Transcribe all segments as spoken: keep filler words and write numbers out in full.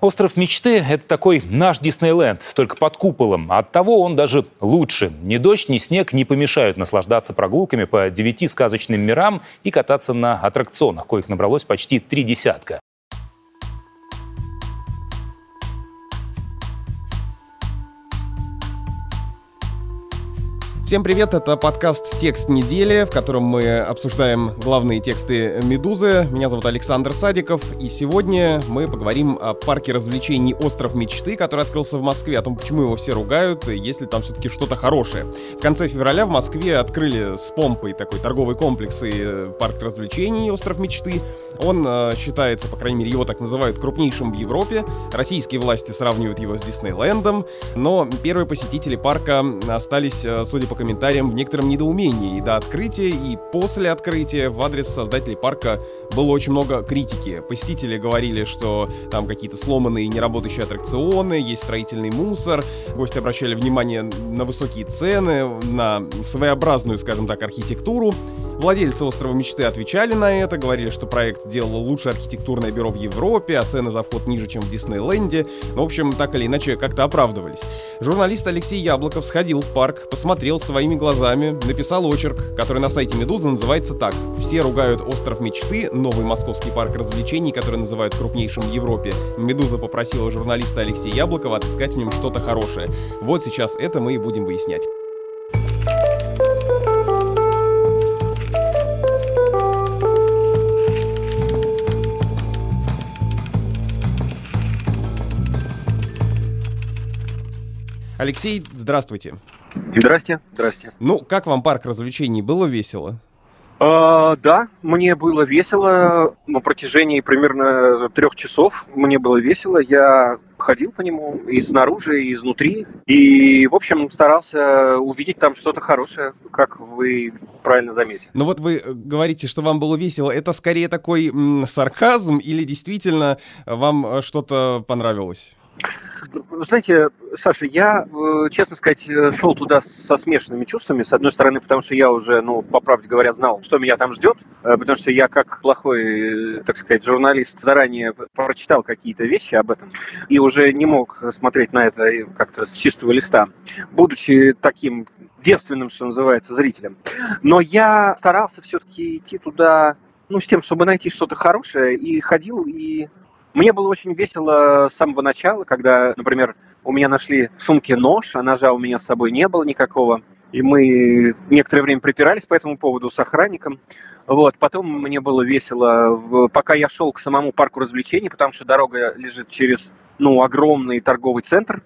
Остров мечты – это такой наш Диснейленд, только под куполом. А оттого он даже лучше. Ни дождь, ни снег не помешают наслаждаться прогулками по девяти сказочным мирам и кататься на аттракционах, коих набралось почти три десятка. Всем привет, это подкаст «Текст недели», в котором мы обсуждаем главные тексты «Медузы». Меня зовут Александр Садиков, и сегодня мы поговорим о парке развлечений «Остров мечты», который открылся в Москве, о том, почему его все ругают, и есть ли там все-таки что-то хорошее. В конце февраля в Москве открыли с помпой такой торговый комплекс и парк развлечений «Остров мечты». Он э, считается, по крайней мере, его так называют, крупнейшим в Европе. Российские власти сравнивают его с Диснейлендом, но первые посетители парка остались, э, судя по комментариям, в некотором недоумении и до открытия, и после открытия в адрес создателей парка было очень много критики. Посетители говорили, что там какие-то сломанные и неработающие аттракционы, есть строительный мусор. Гости обращали внимание на высокие цены, на своеобразную, скажем так, архитектуру. Владельцы «Острова мечты» отвечали на это, говорили, что проект делало лучшее архитектурное бюро в Европе, а цены за вход ниже, чем в Диснейленде. Ну, в общем, так или иначе, как-то оправдывались. Журналист Алексей Яблоков сходил в парк, посмотрел своими глазами, написал очерк, который на сайте «Медузы» называется так: «Все ругают «Остров мечты», новый московский парк развлечений, который называют крупнейшим в Европе». «Медуза» попросила журналиста Алексея Яблокова отыскать в нем что-то хорошее. Вот сейчас это мы и будем выяснять. Алексей, здравствуйте. Здрасте, здрасте. Ну, как вам парк развлечений? Было весело? А, да, мне было весело. На протяжении примерно трех часов мне было весело. Я ходил по нему и снаружи, и изнутри. И, в общем, старался увидеть там что-то хорошее, как вы правильно заметили. Ну вот вы говорите, что вам было весело. Это скорее такой м, сарказм или действительно вам что-то понравилось? Вы знаете, Саша, я, честно сказать, шел туда со смешанными чувствами. С одной стороны, потому что я уже, ну, по правде говоря, знал, что меня там ждет. Потому что я, как плохой, так сказать, журналист, заранее прочитал какие-то вещи об этом. И уже не мог смотреть на это как-то с чистого листа, будучи таким девственным, что называется, зрителем. Но я старался все-таки идти туда, ну, с тем, чтобы найти что-то хорошее. И ходил, и... Мне было очень весело с самого начала, когда, например, у меня нашли в сумке нож, а ножа у меня с собой не было никакого. И мы некоторое время припирались по этому поводу с охранником. Вот. Потом мне было весело, пока я шел к самому парку развлечений, потому что дорога лежит через, ну, огромный торговый центр.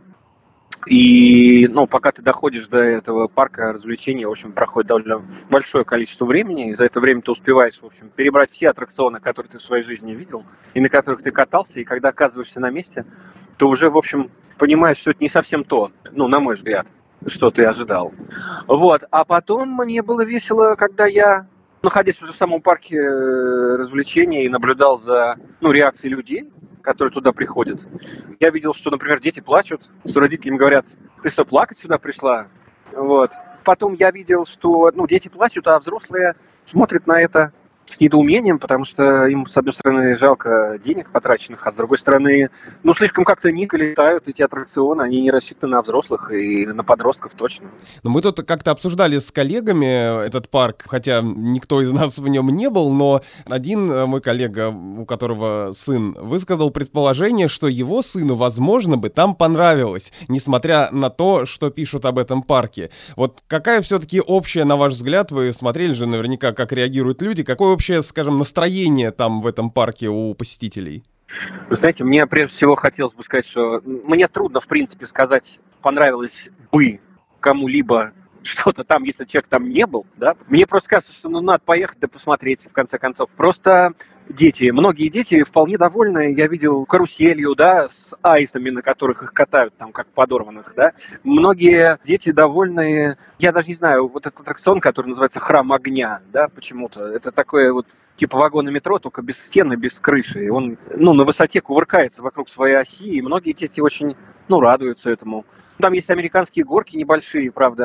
И, ну, пока ты доходишь до этого парка развлечений, в общем, проходит довольно большое количество времени, и за это время ты успеваешь, в общем, перебрать все аттракционы, которые ты в своей жизни видел, и на которых ты катался, и когда оказываешься на месте, то уже, в общем, понимаешь, что это не совсем то, ну, на мой взгляд, что ты ожидал. Вот, а потом мне было весело, когда я, находясь уже в самом парке развлечений, и наблюдал за, ну, реакцией людей, которые туда приходят. Я видел, что, например, дети плачут, что родителям говорят: ты что, плакать сюда пришла? Вот. Потом я видел, что, ну, дети плачут, а взрослые смотрят на это с недоумением, потому что им, с одной стороны, жалко денег потраченных, а с другой стороны, ну, слишком как-то низко летают эти аттракционы, они не рассчитаны на взрослых и на подростков точно. Но мы тут как-то обсуждали с коллегами этот парк, хотя никто из нас в нем не был, но один мой коллега, у которого сын, высказал предположение, что его сыну, возможно, бы там понравилось, несмотря на то, что пишут об этом парке. Вот какая все-таки общая, на ваш взгляд, вы смотрели же наверняка, как реагируют люди, какое общее, скажем, настроение там в этом парке у посетителей? Вы знаете, мне прежде всего хотелось бы сказать, что мне трудно, в принципе, сказать, понравилось бы кому-либо что-то там, если человек там не был, да. Мне просто кажется, что, ну, надо поехать да посмотреть, в конце концов. Просто дети, многие дети вполне довольны. Я видел каруселью, да, с аистами, на которых их катают, там, как подорванных, да. Многие дети довольны. Я даже не знаю, вот этот аттракцион, который называется «Храм огня», да, почему-то. Это такое вот типа вагона метро, только без стены, без крыши. И он, ну, на высоте кувыркается вокруг своей оси, и многие дети очень, ну, радуются этому. Там есть американские горки небольшие, правда.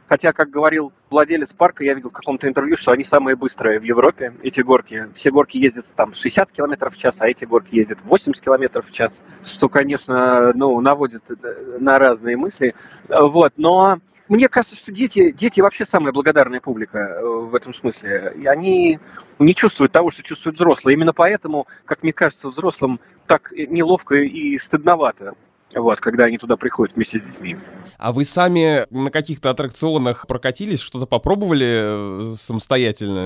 Хотя, как говорил владелец парка, я видел в каком-то интервью, что они самые быстрые в Европе, эти горки. Все горки ездят там шестьдесят километров в час, а эти горки ездят восемьдесят километров в час. Что, конечно, ну, наводит на разные мысли. Вот. Но мне кажется, что дети, дети вообще самая благодарная публика в этом смысле. И они не чувствуют того, что чувствуют взрослые. Именно поэтому, как мне кажется, взрослым так неловко и стыдновато. Вот, когда они туда приходят вместе с детьми. А вы сами на каких-то аттракционах прокатились, что-то попробовали самостоятельно?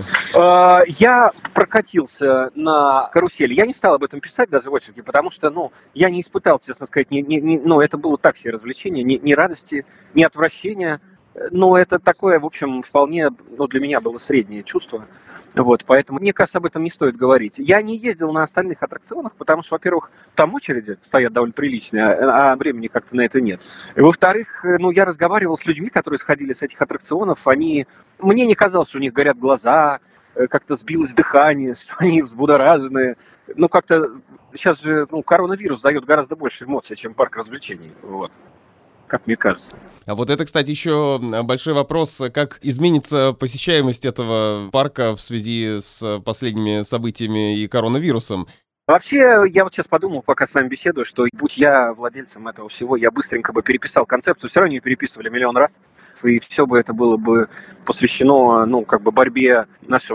Я прокатился на карусели. Я не стал об этом писать даже в очерке, потому что, ну, я не испытал, честно сказать, не, не, не, ну, это было так себе развлечение, ни, ни радости, ни отвращения. Но это такое, в общем, вполне, ну, для меня было среднее чувство. Вот, поэтому, мне кажется, об этом не стоит говорить. Я не ездил на остальных аттракционах, потому что, во-первых, там очереди стоят довольно приличные, а времени как-то на это нет. И, во-вторых, ну, я разговаривал с людьми, которые сходили с этих аттракционов, они... Мне не казалось, что у них горят глаза, как-то сбилось дыхание, что они взбудоражены. Ну, как-то сейчас же, ну, коронавирус дает гораздо больше эмоций, чем парк развлечений, вот. Как мне кажется. А вот это, кстати, еще большой вопрос, как изменится посещаемость этого парка в связи с последними событиями и коронавирусом. Вообще, я вот сейчас подумал, пока с вами беседую, что будь я владельцем этого всего, я быстренько бы переписал концепцию, все равно ее переписывали миллион раз, и все бы это было бы посвящено, ну, как бы борьбе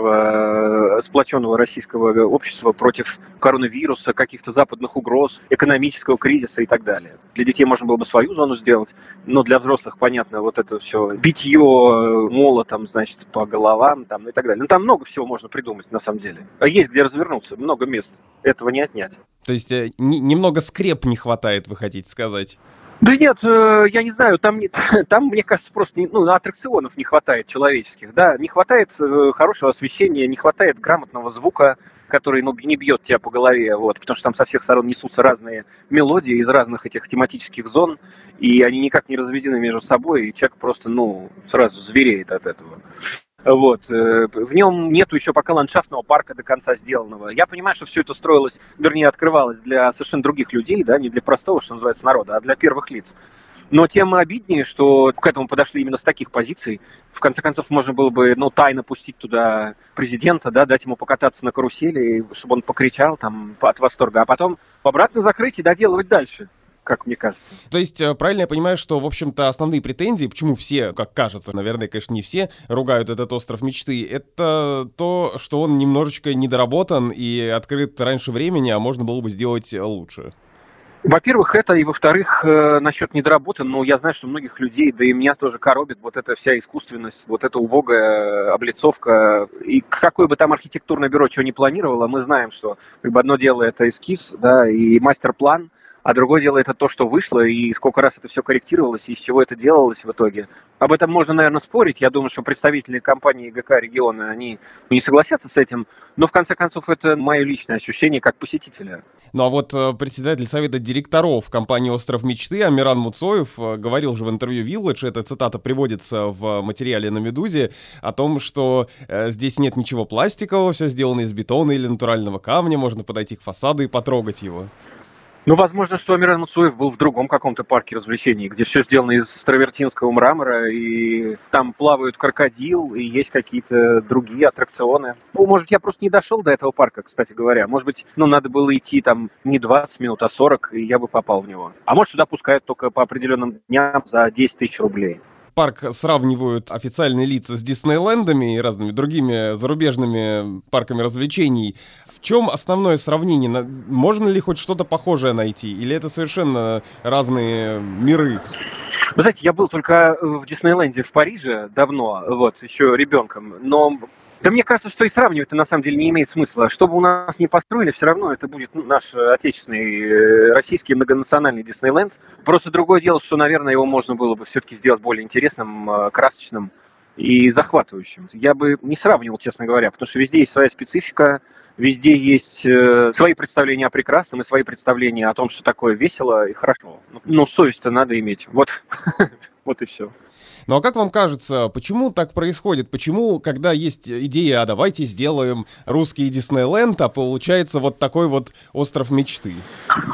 нашего сплоченного российского общества против коронавируса, каких-то западных угроз, экономического кризиса и так далее. Для детей можно было бы свою зону сделать, но для взрослых, понятно, вот это все битье молотом, значит, по головам там, и так далее. Ну, там много всего можно придумать, на самом деле. А есть где развернуться, много мест. Этого не отнять. То есть э, не, немного скреп не хватает, вы хотите сказать? Да нет, э, я не знаю, там, не, там, мне кажется, просто ну, аттракционов не хватает человеческих, да, не хватает э, хорошего освещения, не хватает грамотного звука, который, ну, не бьет тебя по голове, вот, потому что там со всех сторон несутся разные мелодии из разных этих тематических зон, и они никак не разведены между собой, и человек просто, ну, сразу звереет от этого. Вот. В нем нету еще пока ландшафтного парка до конца сделанного. Я понимаю, что все это строилось, вернее, открывалось для совершенно других людей, да, не для простого, что называется, народа, а для первых лиц. Но тем обиднее, что к этому подошли именно с таких позиций. В конце концов, можно было бы, ну, тайно пустить туда президента, да, дать ему покататься на карусели, чтобы он покричал там от восторга, а потом обратно закрыть и доделывать дальше, как мне кажется. То есть, правильно я понимаю, что, в общем-то, основные претензии, почему все, как кажется, наверное, конечно, не все, ругают этот остров мечты, это то, что он немножечко недоработан и открыт раньше времени, а можно было бы сделать лучше. Во-первых, это, и во-вторых, э, насчет недоработан, но я знаю, что многих людей, да и меня тоже коробит вот эта вся искусственность, вот эта убогая облицовка. И какое бы там архитектурное бюро чего ни планировало, мы знаем, что как бы одно дело это эскиз, да, и мастер-план, а другое дело это то, что вышло, и сколько раз это все корректировалось, и из чего это делалось в итоге. Об этом можно, наверное, спорить. Я думаю, что представители компании ГК региона, они не согласятся с этим, но в конце концов это мое личное ощущение как посетителя. Ну а вот председатель совета директоров компании «Остров мечты» Амиран Муцоев говорил же в интервью Village, эта цитата приводится в материале на «Медузе», о том, что э, здесь нет ничего пластикового, все сделано из бетона или натурального камня, можно подойти к фасаду и потрогать его. Ну, возможно, что Амиран Муцоев был в другом каком-то парке развлечений, где все сделано из травертинского мрамора, и там плавают крокодил, и есть какие-то другие аттракционы. Ну, может быть, я просто не дошел до этого парка, кстати говоря. Может быть, ну, надо было идти там не двадцать минут, а сорок, и я бы попал в него. А может, сюда пускают только по определенным дням за десять тысяч рублей. Парк сравнивают официальные лица с Диснейлендами и разными другими зарубежными парками развлечений. В чем основное сравнение? Можно ли хоть что-то похожее найти? Или это совершенно разные миры? Вы знаете, я был только в Диснейленде в Париже давно, вот, еще ребенком, но... Да мне кажется, что и сравнивать-то на самом деле не имеет смысла. Что бы у нас ни построили, все равно это будет ну, наш отечественный, российский многонациональный Диснейленд. Просто другое дело, что, наверное, его можно было бы все-таки сделать более интересным, красочным и захватывающим. Я бы не сравнивал, честно говоря, потому что везде есть своя специфика, везде есть свои представления о прекрасном и свои представления о том, что такое весело и хорошо. Ну, совесть-то надо иметь. Вот, вот и все. Ну а как вам кажется, почему так происходит? Почему, когда есть идея, а давайте сделаем русский Диснейленд, а получается вот такой вот остров мечты?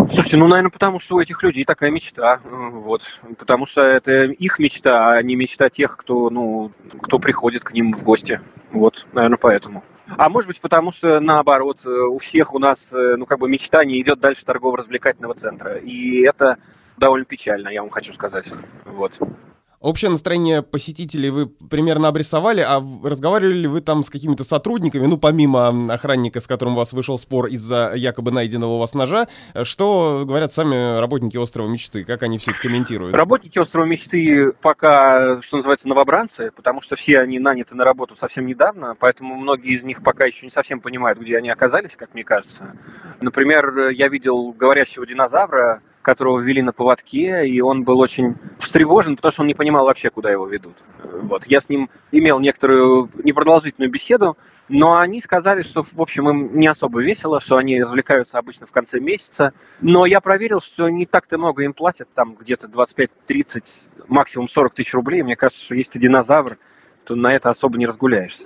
Слушайте, ну, наверное, потому что у этих людей такая мечта, вот, потому что это их мечта, а не мечта тех, кто, ну, кто приходит к ним в гости, вот, наверное, поэтому. А может быть, потому что, наоборот, у всех у нас, ну, как бы мечта не идет дальше торгово-развлекательного центра, и это довольно печально, я вам хочу сказать, вот. Общее настроение посетителей вы примерно обрисовали, а разговаривали ли вы там с какими-то сотрудниками, ну, помимо охранника, с которым у вас вышел спор из-за якобы найденного у вас ножа, что говорят сами работники «Острова мечты», как они все это комментируют? Работники «Острова мечты» пока, что называется, новобранцы, потому что все они наняты на работу совсем недавно, поэтому многие из них пока еще не совсем понимают, где они оказались, как мне кажется. Например, я видел говорящего динозавра, которого вели на поводке, и он был очень встревожен, потому что он не понимал вообще, куда его ведут. Вот. Я с ним имел некоторую непродолжительную беседу, но они сказали, что, в общем, им не особо весело, что они развлекаются обычно в конце месяца. Но я проверил, что не так-то много им платят, там где-то двадцать пять тридцать, максимум сорок тысяч рублей. Мне кажется, что если ты динозавр, то на это особо не разгуляешься.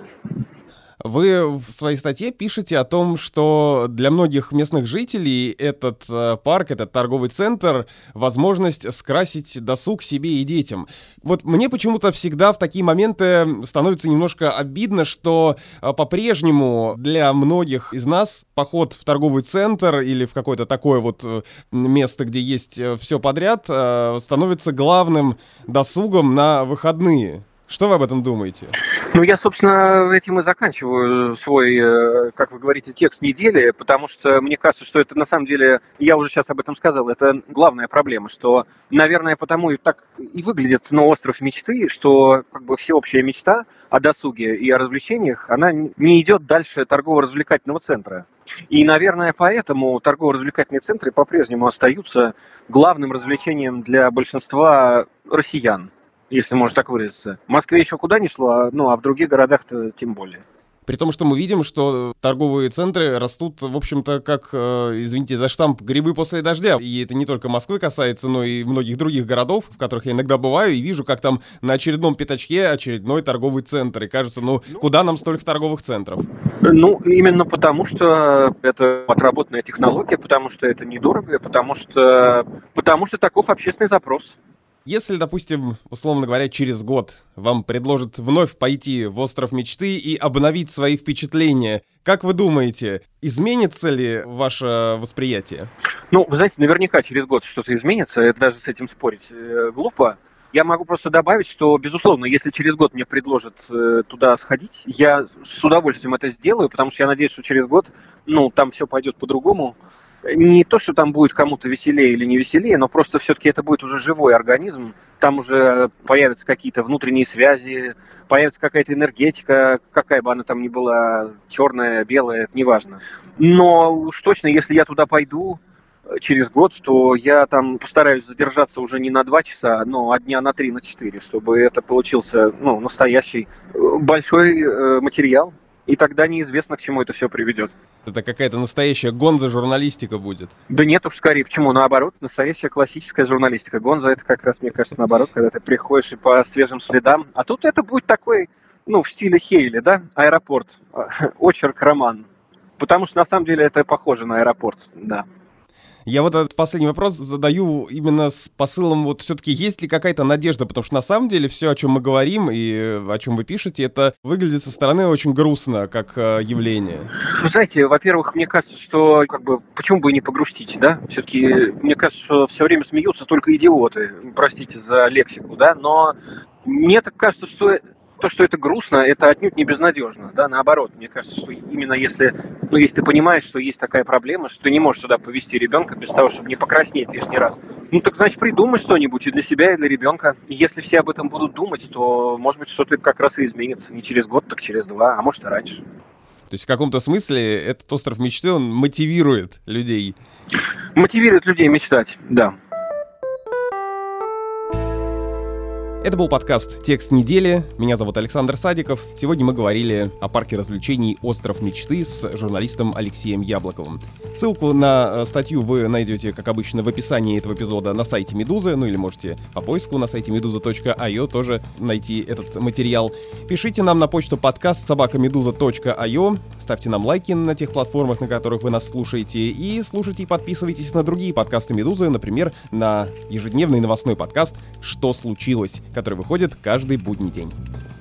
Вы в своей статье пишете о том, что для многих местных жителей этот э, парк, этот торговый центр — возможность скрасить досуг себе и детям. Вот мне почему-то всегда в такие моменты становится немножко обидно, что э, по-прежнему для многих из нас поход в торговый центр или в какое-то такое вот э, место, где есть э, все подряд, э, становится главным досугом на выходные. Что вы об этом думаете? Ну, я, собственно, этим и заканчиваю свой, как вы говорите, текст недели, потому что мне кажется, что это на самом деле, я уже сейчас об этом сказал, это главная проблема, что, наверное, потому и так и выглядит, ну, остров мечты, что как бы всеобщая мечта о досуге и о развлечениях, она не идет дальше торгово-развлекательного центра. И, наверное, поэтому торгово-развлекательные центры по-прежнему остаются главным развлечением для большинства россиян, если можно так выразиться. В Москве еще куда ни шло, ну а в других городах-то тем более. При том, что мы видим, что торговые центры растут, в общем-то, как, э, извините за штамп, грибы после дождя. И это не только Москвы касается, но и многих других городов, в которых я иногда бываю, и вижу, как там на очередном пятачке очередной торговый центр. И кажется, ну, куда нам столько торговых центров? Ну, именно потому, что это отработанная технология, потому что это недорого, потому что, потому что таков общественный запрос. Если, допустим, условно говоря, через год вам предложат вновь пойти в «Остров мечты» и обновить свои впечатления, как вы думаете, изменится ли ваше восприятие? Ну, вы знаете, наверняка через год что-то изменится, это даже с этим спорить э, глупо. Я могу просто добавить, что, безусловно, если через год мне предложат э, туда сходить, я с удовольствием это сделаю, потому что я надеюсь, что через год, ну, там все пойдет по-другому. Не то, что там будет кому-то веселее или не веселее, но просто все-таки это будет уже живой организм. Там уже появятся какие-то внутренние связи, появится какая-то энергетика, какая бы она там ни была, черная, белая, это неважно. Но уж точно, если я туда пойду через год, то я там постараюсь задержаться уже не на два часа, но а дня на три, на четыре, чтобы это получился, ну, настоящий большой материал. И тогда неизвестно, к чему это все приведет. Это какая-то настоящая гонза-журналистика будет. Да нет уж, скорее. Почему? Наоборот, настоящая классическая журналистика. Гонза — это как раз, мне кажется, наоборот, когда ты приходишь и по свежим следам. А тут это будет такой, ну, в стиле Хейли, да, аэропорт, очерк-роман. Потому что, на самом деле, это похоже на аэропорт, да. Я вот этот последний вопрос задаю именно с посылом, вот все-таки есть ли какая-то надежда, потому что на самом деле все, о чем мы говорим и о чем вы пишете, это выглядит со стороны очень грустно, как э, явление. Вы знаете, во-первых, мне кажется, что как бы почему бы и не погрустить, да? Все-таки мне кажется, что все время смеются только идиоты, простите за лексику, да, но мне так кажется, что то, что это грустно, это отнюдь не безнадежно, да, наоборот. Мне кажется, что именно если, ну, если ты понимаешь, что есть такая проблема, что ты не можешь туда повезти ребенка без того, чтобы не покраснеть лишний раз, ну, так значит, придумай что-нибудь и для себя, и для ребенка. И если все об этом будут думать, то, может быть, что-то как раз и изменится. Не через год, так через два, а может и раньше. То есть в каком-то смысле этот остров мечты, он мотивирует людей. Мотивирует людей мечтать, да. Это был подкаст «Текст недели». Меня зовут Александр Садиков. Сегодня мы говорили о парке развлечений «Остров мечты» с журналистом Алексеем Яблоковым. Ссылку на статью вы найдете, как обычно, в описании этого эпизода на сайте Медузы, ну или можете по поиску на сайте медуза точка ай о тоже найти этот материал. Пишите нам на почту подкаст собака медуза точка ай о, ставьте нам лайки на тех платформах, на которых вы нас слушаете, и слушайте и подписывайтесь на другие подкасты Медузы, например, на ежедневный новостной подкаст «Что случилось?», который выходит каждый будний день.